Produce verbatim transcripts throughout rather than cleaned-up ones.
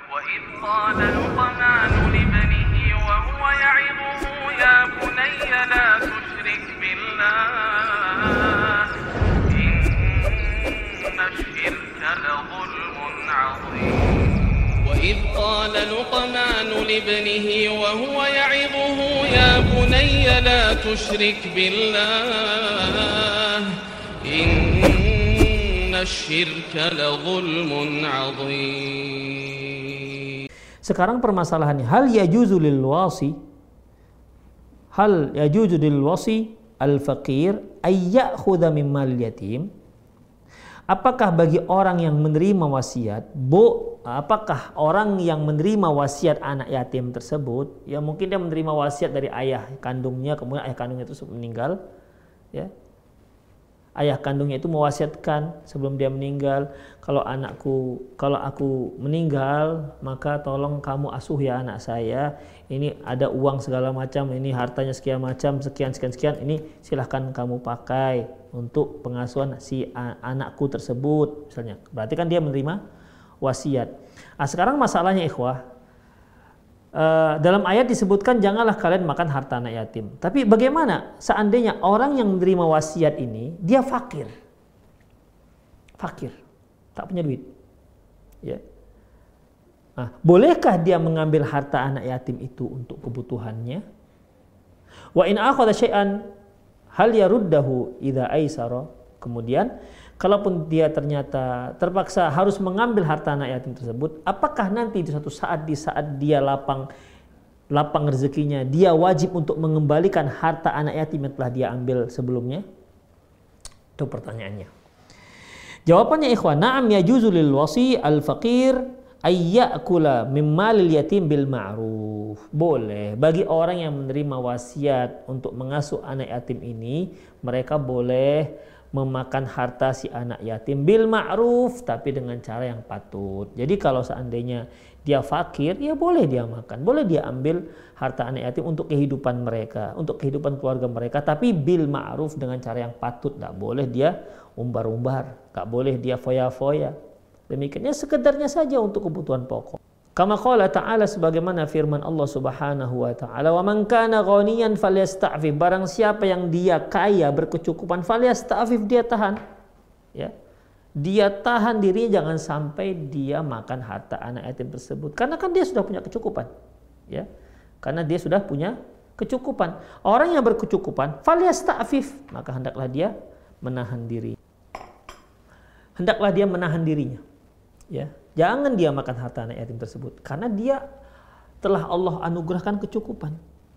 وإذ قال لقمان لابنه وهو يعظه يا بني لا تشرك بالله إن الشرك لظلم عظيم وإذ قال لقمان لابنه وهو يعظه يا بني لا تشرك بالله إن الشرك لظلم عظيم. Sekarang permasalahannya, hal yajuzu lil wasi hal yajuzu lil wasi al faqir ay ya'khudha min mal yatim? Apakah bagi orang yang menerima wasiat, bo, apakah orang yang menerima wasiat anak yatim tersebut, ya mungkin dia menerima wasiat dari ayah kandungnya, kemudian ayah kandungnya itu meninggal, ya. Ayah kandungnya itu mewasiatkan sebelum dia meninggal, kalau anakku, kalau aku meninggal, maka tolong kamu asuh ya anak saya. Ini ada uang segala macam, ini hartanya sekian macam, sekian sekian sekian, ini silahkan kamu pakai untuk pengasuhan si anakku tersebut, misalnya. Berarti kan dia menerima wasiat. Nah, sekarang masalahnya ikhwah, Uh, dalam ayat disebutkan janganlah kalian makan harta anak yatim. Tapi bagaimana seandainya orang yang menerima wasiat ini dia fakir, fakir, tak punya duit, ya. Nah, bolehkah dia mengambil harta anak yatim itu untuk kebutuhannya? Wa in akhadha syai'an hal yaruddahu idza aisara. Kemudian kalaupun dia ternyata terpaksa harus mengambil harta anak yatim tersebut, apakah nanti di suatu saat di saat dia lapang lapang rezekinya, dia wajib untuk mengembalikan harta anak yatim yang telah dia ambil sebelumnya? Itu pertanyaannya. Jawabannya ikhwan, na'am yajuzu lil wasi al faqir ay ya'kula min malil yatim bil ma'ruf. Boleh bagi orang yang menerima wasiat untuk mengasuh anak yatim ini, mereka boleh memakan harta si anak yatim bil ma'ruf, tapi dengan cara yang patut. Jadi kalau seandainya dia fakir, ya boleh dia makan, boleh dia ambil harta anak yatim untuk kehidupan mereka, untuk kehidupan keluarga mereka, tapi bil ma'ruf, dengan cara yang patut. Tidak boleh dia umbar-umbar, tidak boleh dia foya-foya. Demikiannya sekedarnya saja untuk kebutuhan pokok. Kama qala ta'ala, sebagaimana firman Allah Subhanahu wa ta'ala, wa man kana ghaniyan falyasta'fif, barang siapa yang dia kaya berkecukupan, falyasta'fif, dia tahan, ya. Dia tahan dirinya, jangan sampai dia makan harta anak yatim tersebut, karena kan dia sudah punya kecukupan, ya. Karena dia sudah punya kecukupan. Orang yang berkecukupan, falyasta'fif, maka hendaklah dia menahan diri. Hendaklah dia menahan dirinya, ya. Jangan dia makan harta anak yatim tersebut, karena dia telah Allah anugerahkan kecukupan.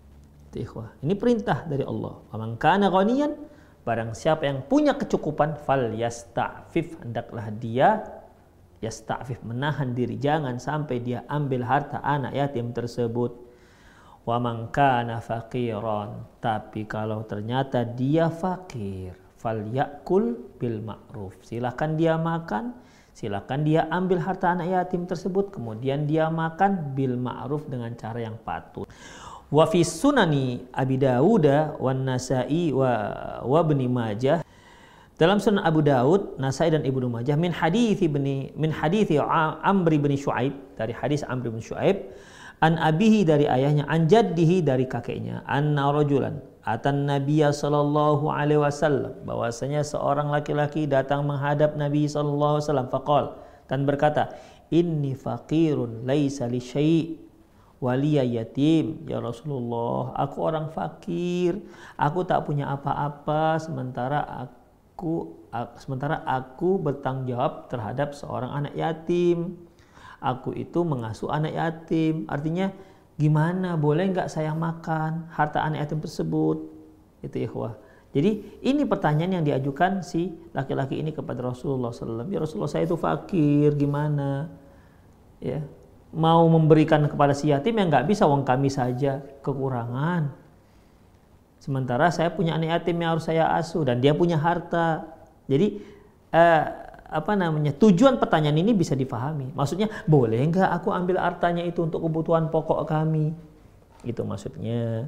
Ini perintah dari Allah. Faman kana ghaniyan, barang siapa yang punya kecukupan, fal yasta'fif, hendaklah dia yasta'fif, menahan diri, jangan sampai dia ambil harta anak yatim tersebut. Wa man kana faqiran, tapi kalau ternyata dia fakir, fal yakul bil ma'ruf, silakan dia makan, silakan dia ambil harta anak yatim tersebut, kemudian dia makan bil ma'ruf, dengan cara yang patut. Wa fi sunani Abi Dawud wan Nasa'i wa wa Ibnu Majah, dalam Sunan Abu Daud, Nasai dan Ibnu Majah, min hadits ibni min hadits Amr bin Syuaib, dari hadis Amr bin Syuaib, an abihi, dari ayahnya, an jaddihi, dari kakeknya, anna rajulan atan Nabiya sallallahu alaihi wasallam, bahwasanya seorang laki-laki datang menghadap Nabi sallallahu alaihi wasallam, faqal, dan berkata, inni faqirun laisa li syai' waliya yatim, ya Rasulullah, aku orang fakir, aku tak punya apa-apa, sementara aku sementara aku bertanggung jawab terhadap seorang anak yatim. Aku itu mengasuh anak yatim. Artinya gimana, boleh nggak saya makan harta anak yatim tersebut? Itu ikhwah. Jadi ini pertanyaan yang diajukan si laki-laki ini kepada Rasulullah sallallahu alaihi wasallam. Ya Rasulullah, saya itu fakir, gimana? Ya, mau memberikan kepada si yatim yang nggak bisa, wong kami saja kekurangan. Sementara saya punya anak yatim yang harus saya asuh dan dia punya harta. Jadi eh, apa namanya, tujuan pertanyaan ini bisa difahami. Maksudnya, boleh nggak aku ambil hartanya itu untuk kebutuhan pokok kami? Itu maksudnya.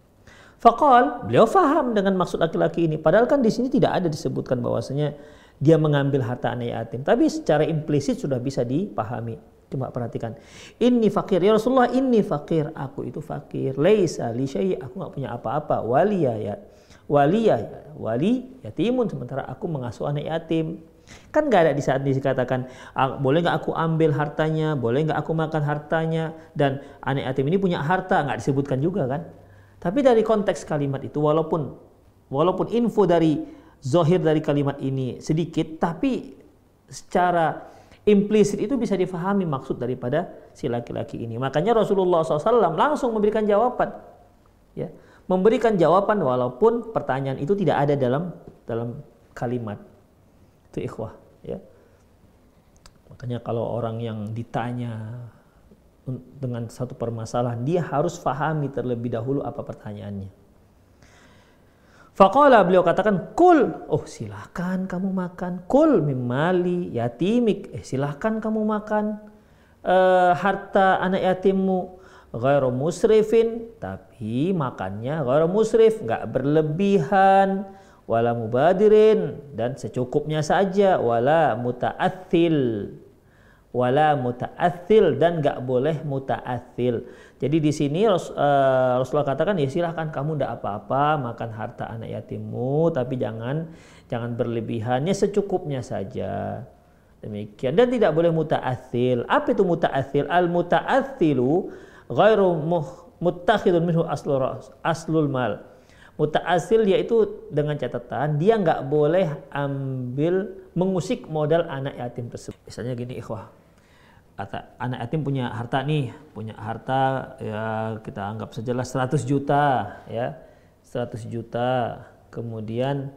Faqal, beliau faham dengan maksud laki-laki ini. Padahal kan di sini tidak ada disebutkan bahwasanya dia mengambil harta anak yatim. Tapi secara implisit sudah bisa dipahami. Coba perhatikan. Inni fakir. Ya Rasulullah, inni fakir. Aku itu fakir. Laisa li syai'. Aku enggak punya apa-apa. Waliya ya. Waliya ya. Wali yatimun. Sementara aku mengasuh anak yatim. Kan enggak ada di saat dikatakan, boleh enggak aku ambil hartanya? Boleh enggak aku makan hartanya? Dan anak yatim ini punya harta. Enggak disebutkan juga kan. Tapi dari konteks kalimat itu, walaupun walaupun info dari zahir dari kalimat ini sedikit, tapi secara implisit itu bisa difahami maksud daripada si laki-laki ini. Makanya Rasulullah shallallahu alaihi wasallam langsung memberikan jawaban, ya, memberikan jawaban walaupun pertanyaan itu tidak ada dalam dalam kalimat. Itu ikhwah, ya. Makanya kalau orang yang ditanya dengan satu permasalahan, dia harus fahami terlebih dahulu apa pertanyaannya. Faqala, beliau katakan, kul, oh silahkan kamu makan, kul mimali yatimik, eh silahkan kamu makan uh, harta anak yatimmu, ghairu musrifin, tapi makannya ghairu musrif, nggak berlebihan, wala mubadirin, dan secukupnya saja, wala muta'athil, wala muta'athil, dan nggak boleh muta'athil. Jadi di sini Ras, uh, Rasulullah katakan, ya silahkan kamu tidak apa-apa makan harta anak yatimmu, tapi jangan jangan berlebihannya, secukupnya saja. Demikian, dan tidak boleh muta'athil. Apa itu muta'athil? Al muta'athilu ghairu muttakhidun minhu aslul aslul mal. Muta'athil yaitu dengan catatan dia nggak boleh ambil mengusik modal anak yatim tersebut. Misalnya gini ikhwah, anak yatim punya harta nih, punya harta ya kita anggap sajalah seratus juta ya, seratus juta, kemudian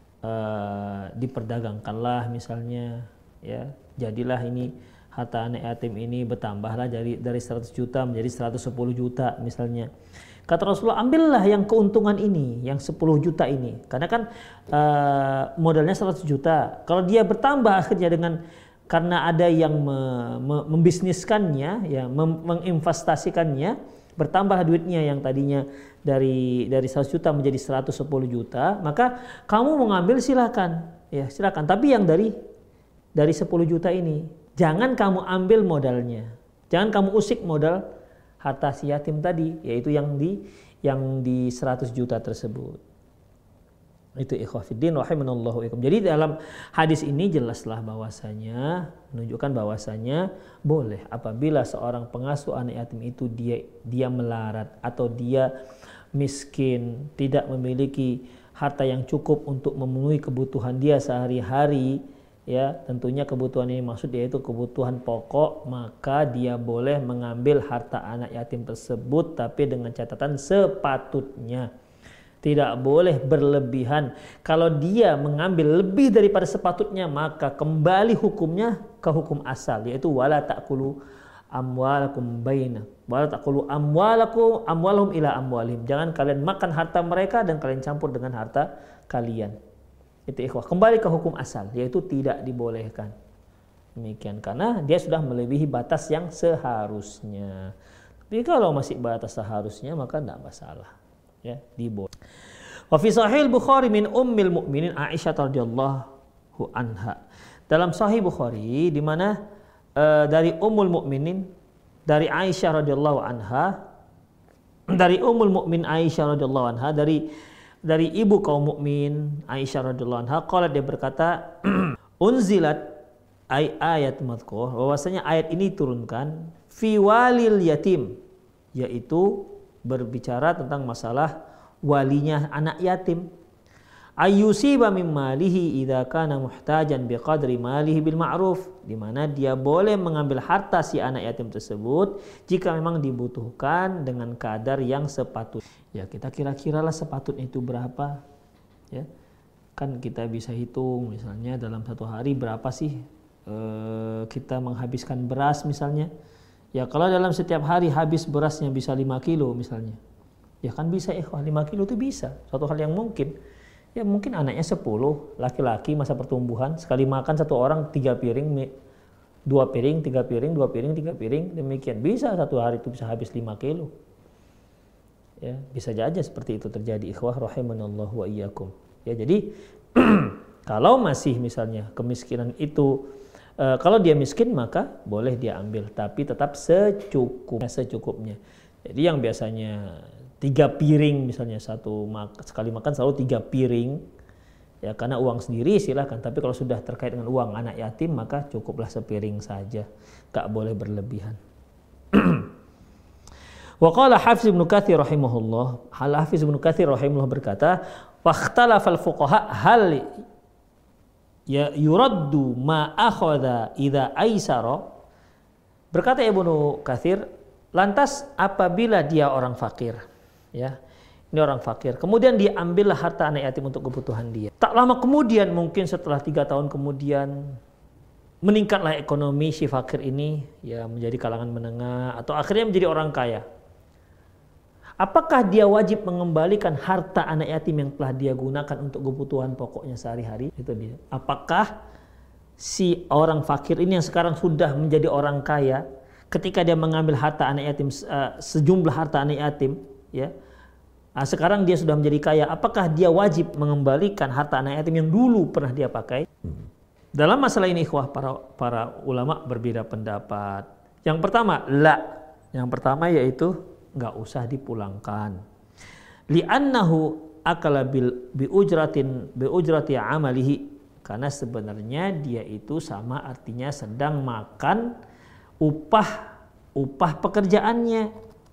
uh, diperdagangkanlah misalnya ya, jadilah ini harta anak yatim ini bertambahlah dari dari seratus juta menjadi seratus sepuluh juta misalnya. Kata Rasulullah, ambillah yang keuntungan ini, yang sepuluh juta ini, karena kan uh, modalnya seratus juta. Kalau dia bertambah akhirnya dengan karena ada yang me, me, membisniskannya, ya, mem, menginvestasikannya, bertambah duitnya yang tadinya dari dari seratus juta menjadi seratus sepuluh juta, maka kamu mau ngambil silakan, ya silakan. Tapi yang dari dari sepuluh juta ini, jangan kamu ambil modalnya, jangan kamu usik modal harta si yatim tadi, yaitu yang di yang di seratus juta tersebut. Itu ikhwafiddin rahimanallahu ikum. Jadi dalam hadis ini jelaslah bahwasanya menunjukkan bahwasanya boleh apabila seorang pengasuh anak yatim itu dia dia melarat atau dia miskin, tidak memiliki harta yang cukup untuk memenuhi kebutuhan dia sehari-hari, ya tentunya kebutuhan ini maksud yaitu kebutuhan pokok, maka dia boleh mengambil harta anak yatim tersebut, tapi dengan catatan sepatutnya. Tidak boleh berlebihan. Kalau dia mengambil lebih daripada sepatutnya, maka kembali hukumnya ke hukum asal, yaitu wala ta'kulu amwalakum baina. Wala ta'kulu amwalakum amwalhum ila amwalihim. Jangan kalian makan harta mereka dan kalian campur dengan harta kalian. Itu ikhwah. Kembali ke hukum asal, yaitu tidak dibolehkan. Demikian, karena dia sudah melebihi batas yang seharusnya. Tapi kalau masih batas seharusnya, maka tidak masalah. Ya, diboleh. Wa fi sahih Bukhari min ummil mukminin Aisyah radhiyallahu anha. Dalam sahih Bukhari di mana uh, dari ummul mukminin dari Aisyah radhiyallahu anha, dari ummul mukmin Aisyah radhiyallahu anha, dari dari ibu kaum mukmin Aisyah radhiyallahu anha, qala, dia berkata, unzilat ay ayat madhkur, bahwasanya ayat ini turunkan fi walil yatim, yaitu berbicara tentang masalah walinya anak yatim. Ayyusiba min malihi idza kana muhtajan biqadri malihi bil ma'ruf, di mana dia boleh mengambil harta si anak yatim tersebut jika memang dibutuhkan dengan kadar yang sepatutnya. Ya, kita kira-kiralah sepatutnya itu berapa, ya. Kan kita bisa hitung misalnya dalam satu hari berapa sih eh, kita menghabiskan beras misalnya. Ya kalau dalam setiap hari habis berasnya bisa lima kilo misalnya, ya kan bisa ikhwah, lima kilo itu bisa, suatu hal yang mungkin. Ya mungkin anaknya sepuluh, laki-laki masa pertumbuhan, sekali makan satu orang tiga piring, dua piring, tiga piring, dua piring, tiga piring, demikian. Bisa satu hari itu bisa habis lima kilo. Ya, bisa aja seperti itu terjadi ikhwah rahimanallahu wa iyyakum. Ya jadi kalau masih misalnya kemiskinan itu E, kalau dia miskin maka boleh dia ambil, tapi tetap secukupnya, secukupnya. Jadi yang biasanya tiga piring misalnya, satu mak sekali makan selalu tiga piring, ya karena uang sendiri silahkan. Tapi kalau sudah terkait dengan uang anak yatim maka cukuplah sepiring saja, gak boleh berlebihan. Wa qala Hafiz Ibnu Katsir rahimahullah, Hal Hafiz Ibnu Katsir rahimahullah berkata, "Fakhtalafal fuqaha hal ya yuraddu ma akhadha idza aisara." Berkata Ibnu Katsir, lantas apabila dia orang fakir, ya, ini orang fakir, kemudian diambillah harta anak yatim untuk kebutuhan dia. Tak lama kemudian, mungkin setelah tiga tahun kemudian, meningkatlah ekonomi si fakir ini, ya menjadi kalangan menengah atau akhirnya menjadi orang kaya. Apakah dia wajib mengembalikan harta anak yatim yang telah dia gunakan untuk kebutuhan pokoknya sehari-hari? Itu dia. Apakah si orang fakir ini yang sekarang sudah menjadi orang kaya, ketika dia mengambil harta anak yatim, uh, sejumlah harta anak yatim, ya, uh, sekarang dia sudah menjadi kaya, apakah dia wajib mengembalikan harta anak yatim yang dulu pernah dia pakai? Hmm. Dalam masalah ini, ikhwah, para para ulama berbeda pendapat. Yang pertama, la. Yang pertama yaitu nggak usah dipulangkan. Li'annahu akala bil bi ujratin bi ujrati amalihi, karena sebenarnya dia itu sama artinya sedang makan upah upah pekerjaannya.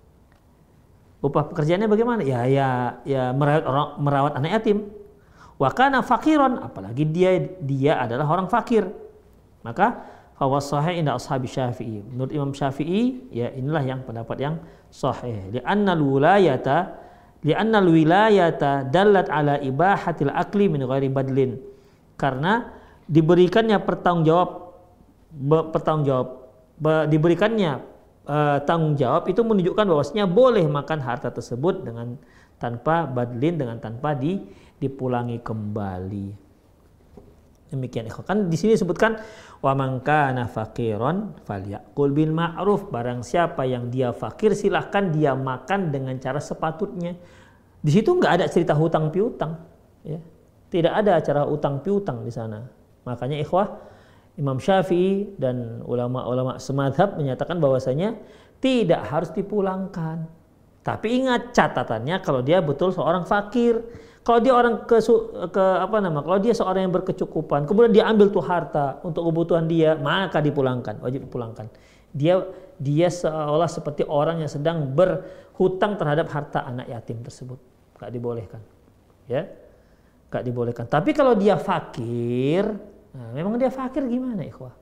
Upah pekerjaannya bagaimana? Ya ya ya merawat orang merawat anak yatim. Wa kana fakiron, apalagi dia dia adalah orang fakir. Maka fawas sahih inda ashabi Syafi'i. Menurut Imam Syafi'i, ya inilah yang pendapat yang sahih. Li'anna al-wilayata li'anna al-wilayata dallat ala ibahatil akli min ghairi badlin. Karena diberikannya pertanggungjawab pertanggungjawab diberikannya uh, tanggung jawab itu menunjukkan bahwasanya boleh makan harta tersebut dengan tanpa badlin, dengan tanpa di dipulangi kembali. Demikian ikhwan. Kan di sini disebutkan wa man kana faqiran falyakul bil ma'ruf. Barang siapa yang dia fakir silahkan dia makan dengan cara sepatutnya. Di situ enggak ada cerita hutang piutang, ya. Tidak ada acara utang piutang di sana. Makanya ikhwah, Imam Syafi'i dan ulama-ulama semadzhab menyatakan bahwasanya tidak harus dipulangkan. Tapi ingat catatannya kalau dia betul seorang fakir. Kalau dia orang ke, ke apa nama? Kalau dia seorang yang berkecukupan, kemudian dia ambil tuh harta untuk kebutuhan dia, maka dipulangkan, wajib dipulangkan. Dia dia seolah seperti orang yang sedang berhutang terhadap harta anak yatim tersebut, nggak dibolehkan, ya, nggak dibolehkan. Tapi kalau dia fakir, nah, memang dia fakir gimana, ikhwah?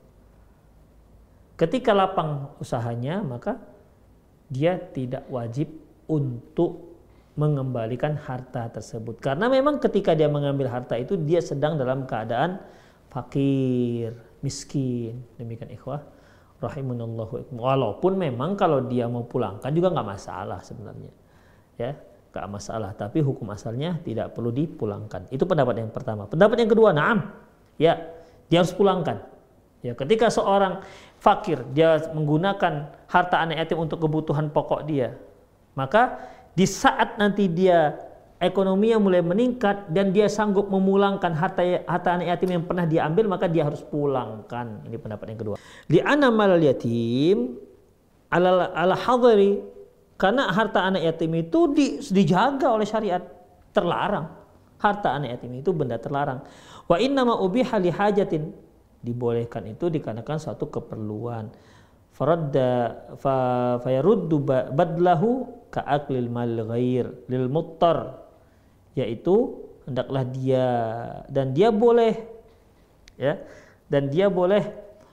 Ketika lapang usahanya, maka dia tidak wajib untuk mengembalikan harta tersebut, karena memang ketika dia mengambil harta itu dia sedang dalam keadaan fakir, miskin. Demikian ikhwah rahimunallahu. Walaupun memang kalau dia mau pulangkan juga nggak masalah sebenarnya, ya nggak masalah, tapi hukum asalnya tidak perlu dipulangkan. Itu pendapat yang pertama. Pendapat yang kedua, naam, ya dia harus pulangkan. Ya, ketika seorang fakir dia menggunakan harta anak yatim untuk kebutuhan pokok dia, maka di saat nanti dia ekonominya mulai meningkat dan dia sanggup memulangkan harta harta anak yatim yang pernah dia ambil, maka dia harus pulangkan. Ini pendapat yang kedua. Li'anna malal yatim ala ala hadari, karena harta anak yatim itu di, dijaga oleh syariat, terlarang. Harta anak yatim itu benda terlarang. Wa inna ma ubiha li hajatin, dibolehkan itu dikarenakan suatu keperluan. Faradda fa fayaruddu badlahu ka'aklil mal ghair lil muttar, yaitu hendaklah dia dan dia boleh, ya, dan dia boleh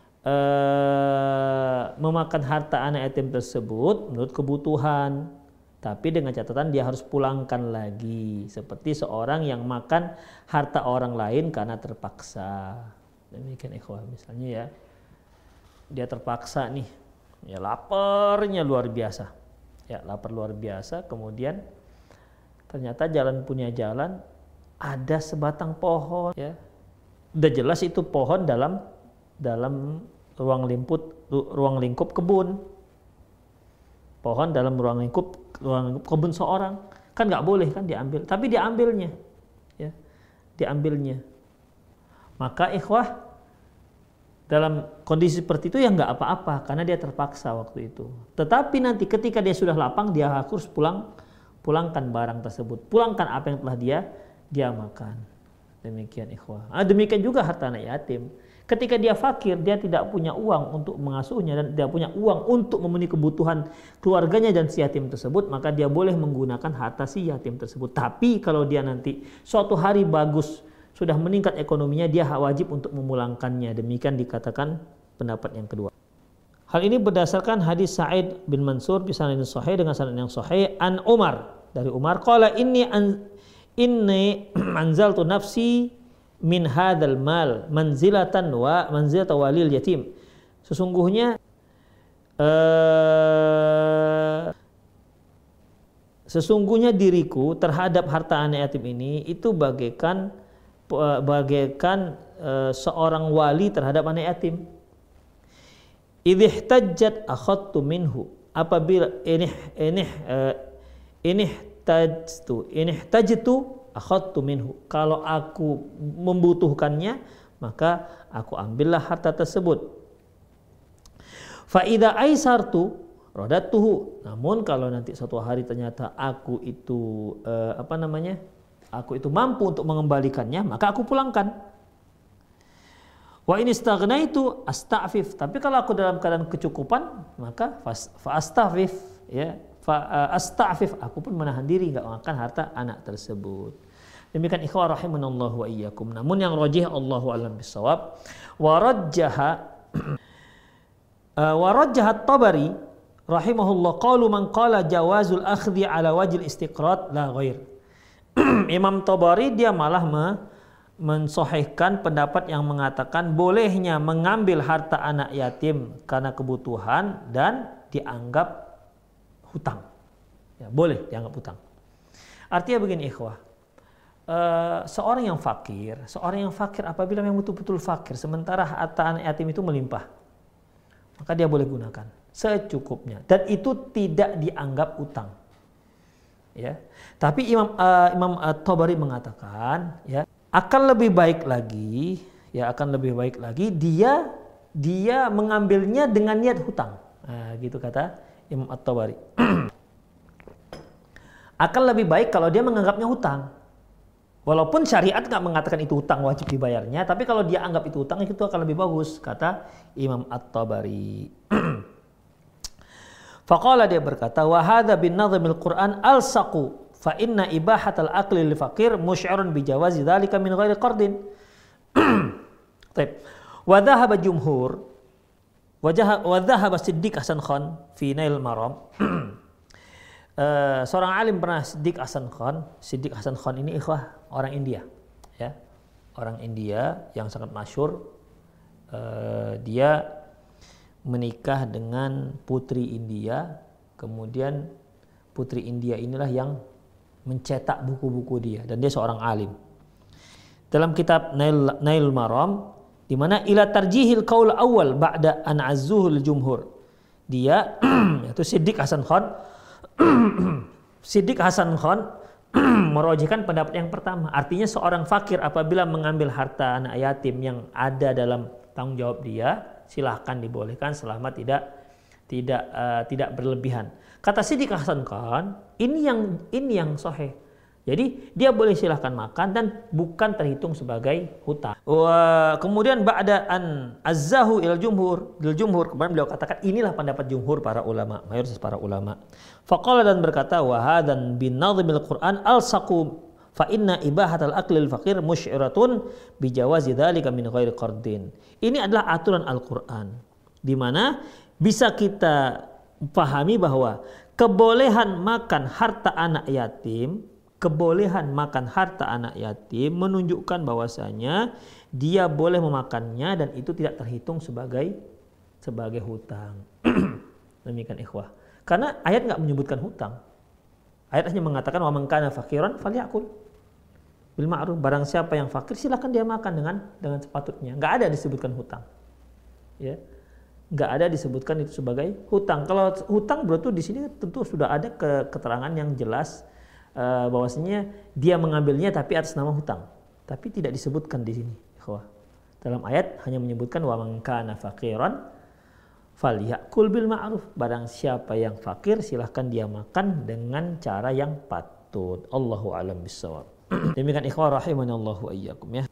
uh, memakan harta anak yatim tersebut menurut kebutuhan, tapi dengan catatan dia harus pulangkan lagi, seperti seorang yang makan harta orang lain karena terpaksa. Demikian ikhwah, misalnya ya dia terpaksa nih, ya laparnya luar biasa, ya lapar luar biasa, kemudian ternyata jalan punya jalan ada sebatang pohon, ya udah jelas itu pohon dalam dalam ruang lingkup ruang lingkup kebun, pohon dalam ruang lingkup ruang lingkup kebun seorang, kan nggak boleh kan diambil, tapi diambilnya, ya diambilnya. Maka ikhwah, dalam kondisi seperti itu ya nggak apa-apa karena dia terpaksa waktu itu. Tetapi nanti ketika dia sudah lapang, dia harus pulang pulangkan barang tersebut, pulangkan apa yang telah dia dia makan. Demikian ikhwah. Ah, demikian juga harta anak yatim. Ketika dia fakir, dia tidak punya uang untuk mengasuhnya dan tidak punya uang untuk memenuhi kebutuhan keluarganya dan si yatim tersebut, maka dia boleh menggunakan harta si yatim tersebut. Tapi kalau dia nanti suatu hari bagus, sudah meningkat ekonominya, dia wajib untuk memulangkannya. Demikian dikatakan pendapat yang kedua. Hal ini berdasarkan hadis Sa'id bin Mansur bi sanadin sahih dengan sanad yang sahih an Umar, dari Umar qala inni an, inni anzaltu nafsi min hadzal mal manzilatan wa manzilata walil yatim. Sesungguhnya uh, sesungguhnya diriku terhadap harta anak yatim ini itu bagaikan bagaikan uh, seorang wali terhadap anak yatim. Idhtajat akhadtu minhu, apabila ini ini uh, ini tajtu ini tajtu akhadtu minhu, kalau aku membutuhkannya maka aku ambillah harta tersebut. Fa idza aisartu radatuhu, namun kalau nanti suatu hari ternyata aku itu uh, apa namanya aku itu mampu untuk mengembalikannya, maka aku pulangkan. Wa in istaghnaitu asta'fif, tapi kalau aku dalam keadaan kecukupan, maka fa asta'fif, ya, fa asta'fif, aku pun menahan diri enggak makan harta anak tersebut. Demikian ikhwah rahimanallahu wa iyyakum. Namun yang rajih Allahu a'lam bissawab, wa rajjaha wa rajjaha at-Tabari rahimahullah qalu man qala jawazul akhdhi ala wajhil istiqrat la ghair. Imam Tabari dia malah me, mensahihkan pendapat yang mengatakan bolehnya mengambil harta anak yatim karena kebutuhan dan dianggap hutang. Ya, boleh dianggap hutang. Artinya begini ikhwah, uh, seorang yang fakir, seorang yang fakir apabila memang betul-betul fakir, sementara harta anak yatim itu melimpah, maka dia boleh gunakan secukupnya dan itu tidak dianggap hutang. Ya, tapi Imam uh, Imam At-Tabari mengatakan, ya, akan lebih baik lagi, ya akan lebih baik lagi dia dia mengambilnya dengan niat hutang. Nah, gitu kata Imam At-Tabari. Akan lebih baik kalau dia menganggapnya hutang. Walaupun syariat nggak mengatakan itu hutang wajib dibayarnya, tapi kalau dia anggap itu hutang itu akan lebih bagus, kata Imam At-Tabari. Faqala, dia berkata, wa hadza bin nazmil Qur'an al-saqu fa inna ibahatal akli lil faqir musy'irun bi jawazi dzalika min ghairi qardin. Baik. Wa dhahaba jumhur wa dhahaba Siddiq Hasan Khan fi Nail Maram. uh, seorang alim bernama Siddiq Hasan Khan. Siddiq Hasan Khan ini ikhwah orang India, ya. Orang India yang sangat masyhur. Uh, dia menikah dengan putri India, kemudian putri India inilah yang mencetak buku-buku dia, dan dia seorang alim. Dalam kitab Nail, Nail Maram, di mana ila tarjihil qaul awal ba'da an azzuhul jumhur, dia yaitu Siddiq Hasan Khan Siddiq Hasan Khan merojihkan pendapat yang pertama, artinya seorang fakir apabila mengambil harta anak yatim yang ada dalam tanggung jawab dia, silahkan dibolehkan selama tidak tidak uh, tidak berlebihan. Kata Siddiq Hasan Khan, ini yang ini yang sahih. Jadi dia boleh silahkan makan dan bukan terhitung sebagai hutang. Wah, kemudian ba'da an azzahu il jumhur, il jumhur, kemarin beliau katakan inilah pendapat jumhur para ulama, mayoritas para ulama. Faqala, dan berkata, wa hadan bin nazmil Qur'an al-saqu fa inna ibahatal akli lil faqir musy'iratun bi jawazi dzalika min ghairi qardin. Ini adalah aturan Al-Qur'an di mana bisa kita pahami bahwa kebolehan makan harta anak yatim, kebolehan makan harta anak yatim menunjukkan bahwasanya dia boleh memakannya dan itu tidak terhitung sebagai sebagai hutang. Demikian ikhwah. Karena ayat enggak menyebutkan hutang. Ayat hanya mengatakan wa man kana faqiran falyakul bil ma'ruf, barang siapa yang fakir silakan dia makan dengan dengan sepatutnya. Enggak ada disebutkan hutang. Ya. Enggak ada disebutkan itu sebagai hutang. Kalau hutang berarti di sini tentu sudah ada keterangan yang jelas uh, bahwasanya dia mengambilnya tapi atas nama hutang. Tapi tidak disebutkan di sini, ikhwah. Dalam ayat hanya menyebutkan wa man kana faqiran falyakul bil ma'ruf. Barang siapa yang fakir silahkan dia makan dengan cara yang patut. Allahu a'lam bissawab. Demikian ikhwah rahimanallahu wa iyyakum ya.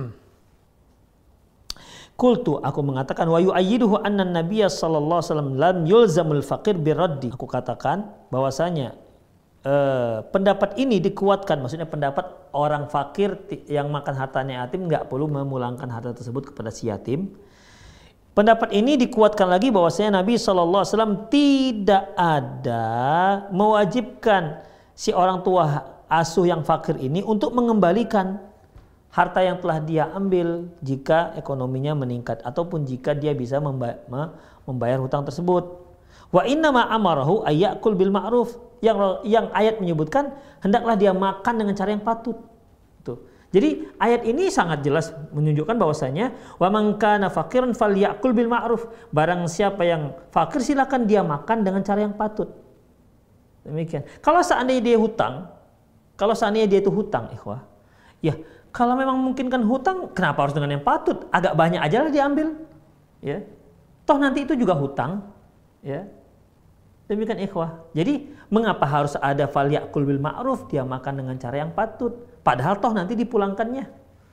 Qultu, aku mengatakan wa yu'ayyiduhu anna an-nabiyya sallallahu alaihi wasallam lam yulzamul faqir biraddi. Aku katakan bahwasanya eh, pendapat ini dikuatkan, maksudnya pendapat orang fakir yang makan hartanya yatim enggak perlu memulangkan harta tersebut kepada si yatim. Pendapat ini dikuatkan lagi bahwasanya Nabi sallallahu alaihi wasallam tidak ada mewajibkan si orang tua asuh yang fakir ini untuk mengembalikan harta yang telah dia ambil jika ekonominya meningkat ataupun jika dia bisa membayar hutang tersebut. Wa inna ma amarahu ayyakul bil ma'ruf. Yang yang ayat menyebutkan hendaklah dia makan dengan cara yang patut. Tuh. Jadi ayat ini sangat jelas menunjukkan bahwasanya wa man kana faqiran falyakul bil ma'ruf. Barang siapa yang fakir silakan dia makan dengan cara yang patut. Demikian. Kalau seandainya dia hutang, kalau seandainya dia itu hutang, ikhwah. Ya, kalau memang memungkinkan hutang, kenapa harus dengan yang patut? Agak banyak aja lah diambil. Ya. Toh nanti itu juga hutang. Ya. Demikian ikhwah. Jadi mengapa harus ada falyakul bil ma'ruf, dia makan dengan cara yang patut? Padahal toh nanti dipulangkannya.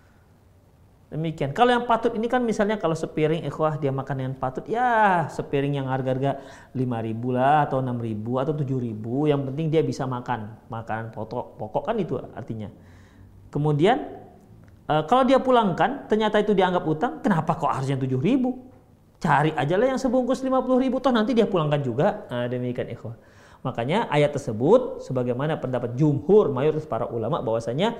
Demikian. Kalau yang patut ini kan misalnya kalau sepiring ikhwah dia makan dengan patut, ya sepiring yang harga-harga lima ribu lah atau enam ribu atau tujuh ribu, yang penting dia bisa makan. Makanan pokok, pokok kan itu artinya. Kemudian Uh, kalau dia pulangkan, ternyata itu dianggap utang, kenapa kok harusnya tujuh ribu? Cari aja lah yang sebungkus lima puluh ribu, toh nanti dia pulangkan juga. Nah, demikian ikhwah. Makanya ayat tersebut, sebagaimana pendapat jumhur, mayoritas para ulama, bahwasanya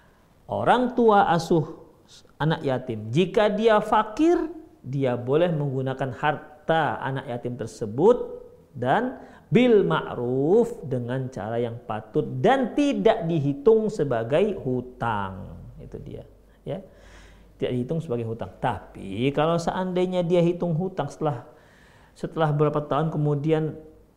orang tua asuh anak yatim, jika dia fakir, dia boleh menggunakan harta anak yatim tersebut dan bil ma'ruf dengan cara yang patut dan tidak dihitung sebagai hutang. Itu dia, ya, tidak dihitung sebagai hutang. Tapi kalau seandainya dia hitung hutang setelah setelah beberapa tahun kemudian,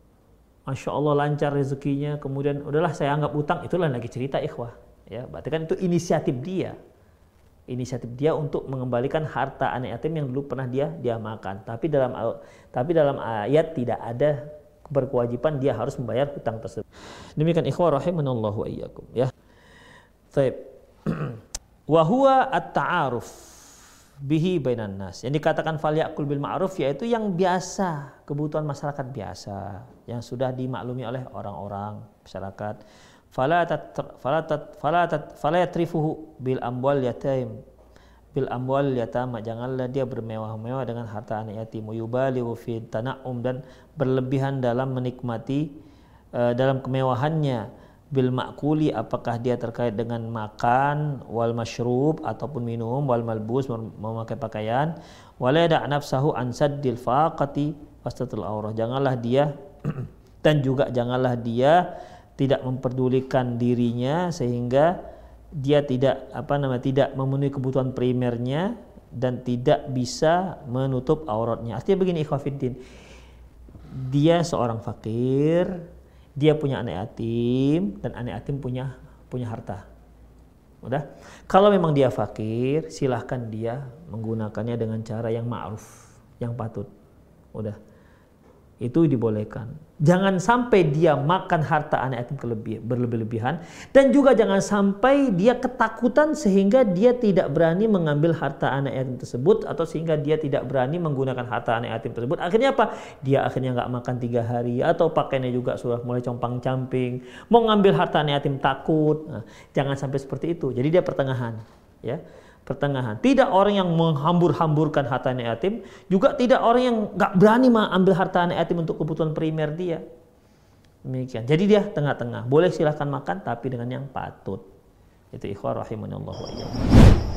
masya Allah lancar rezekinya, kemudian udahlah saya anggap utang, itulah lagi cerita ikhwah. Ya, berarti kan itu inisiatif dia, inisiatif dia untuk mengembalikan harta anak yatim yang dulu pernah dia dia makan. Tapi dalam tapi dalam ayat tidak ada berkewajiban dia harus membayar hutang tersebut. Demikian ikhwah rahimanallahu wa iyyakum ya. Baik. Wa huwa at-ta'aruf bihi bainan nas. Yang dikatakan falyakul bil ma'ruf yaitu yang biasa, kebutuhan masyarakat biasa yang sudah dimaklumi oleh orang-orang masyarakat. Fala tat fala tat fala tat fala yatrifuhu bil amwal yatim. Bil amwal yatama, janganlah dia bermewah-mewah dengan harta anak yatim. Yubalighu fi tana'um, dan berlebihan dalam menikmati uh, dalam kemewahannya. Bil ma'kuli, apakah dia terkait dengan makan, wal masyrub ataupun minum, wal malbus memakai pakaian, wala da' nafsahu an saddil faqati wastatul aurah. Janganlah dia dan juga janganlah dia tidak memperdulikan dirinya sehingga dia tidak apa namanya tidak memenuhi kebutuhan primernya dan tidak bisa menutup auratnya. Artinya begini ikhwah fiddin. Dia seorang fakir, dia punya anak yatim dan anak yatim punya punya harta. Udah. Kalau memang dia fakir, silahkan dia menggunakannya dengan cara yang ma'ruf, yang patut. Udah. Itu dibolehkan. Jangan sampai dia makan harta anak yatim kelebih, berlebih-lebihan, dan juga jangan sampai dia ketakutan sehingga dia tidak berani mengambil harta anak yatim tersebut, atau sehingga dia tidak berani menggunakan harta anak yatim tersebut. Akhirnya apa? Dia akhirnya nggak makan tiga hari, atau pakainya juga sudah mulai compang-camping. Mau ngambil harta anak yatim takut. Nah, jangan sampai seperti itu. Jadi dia pertengahan, ya. Pertengahan. Tidak orang yang menghambur-hamburkan harta anak yatim, juga tidak orang yang nggak berani mengambil harta anak yatim untuk kebutuhan primer dia. Demikian. Jadi dia tengah-tengah. Boleh silahkan makan, tapi dengan yang patut. Itu ikhwah rahimanallahu wa iyyakum.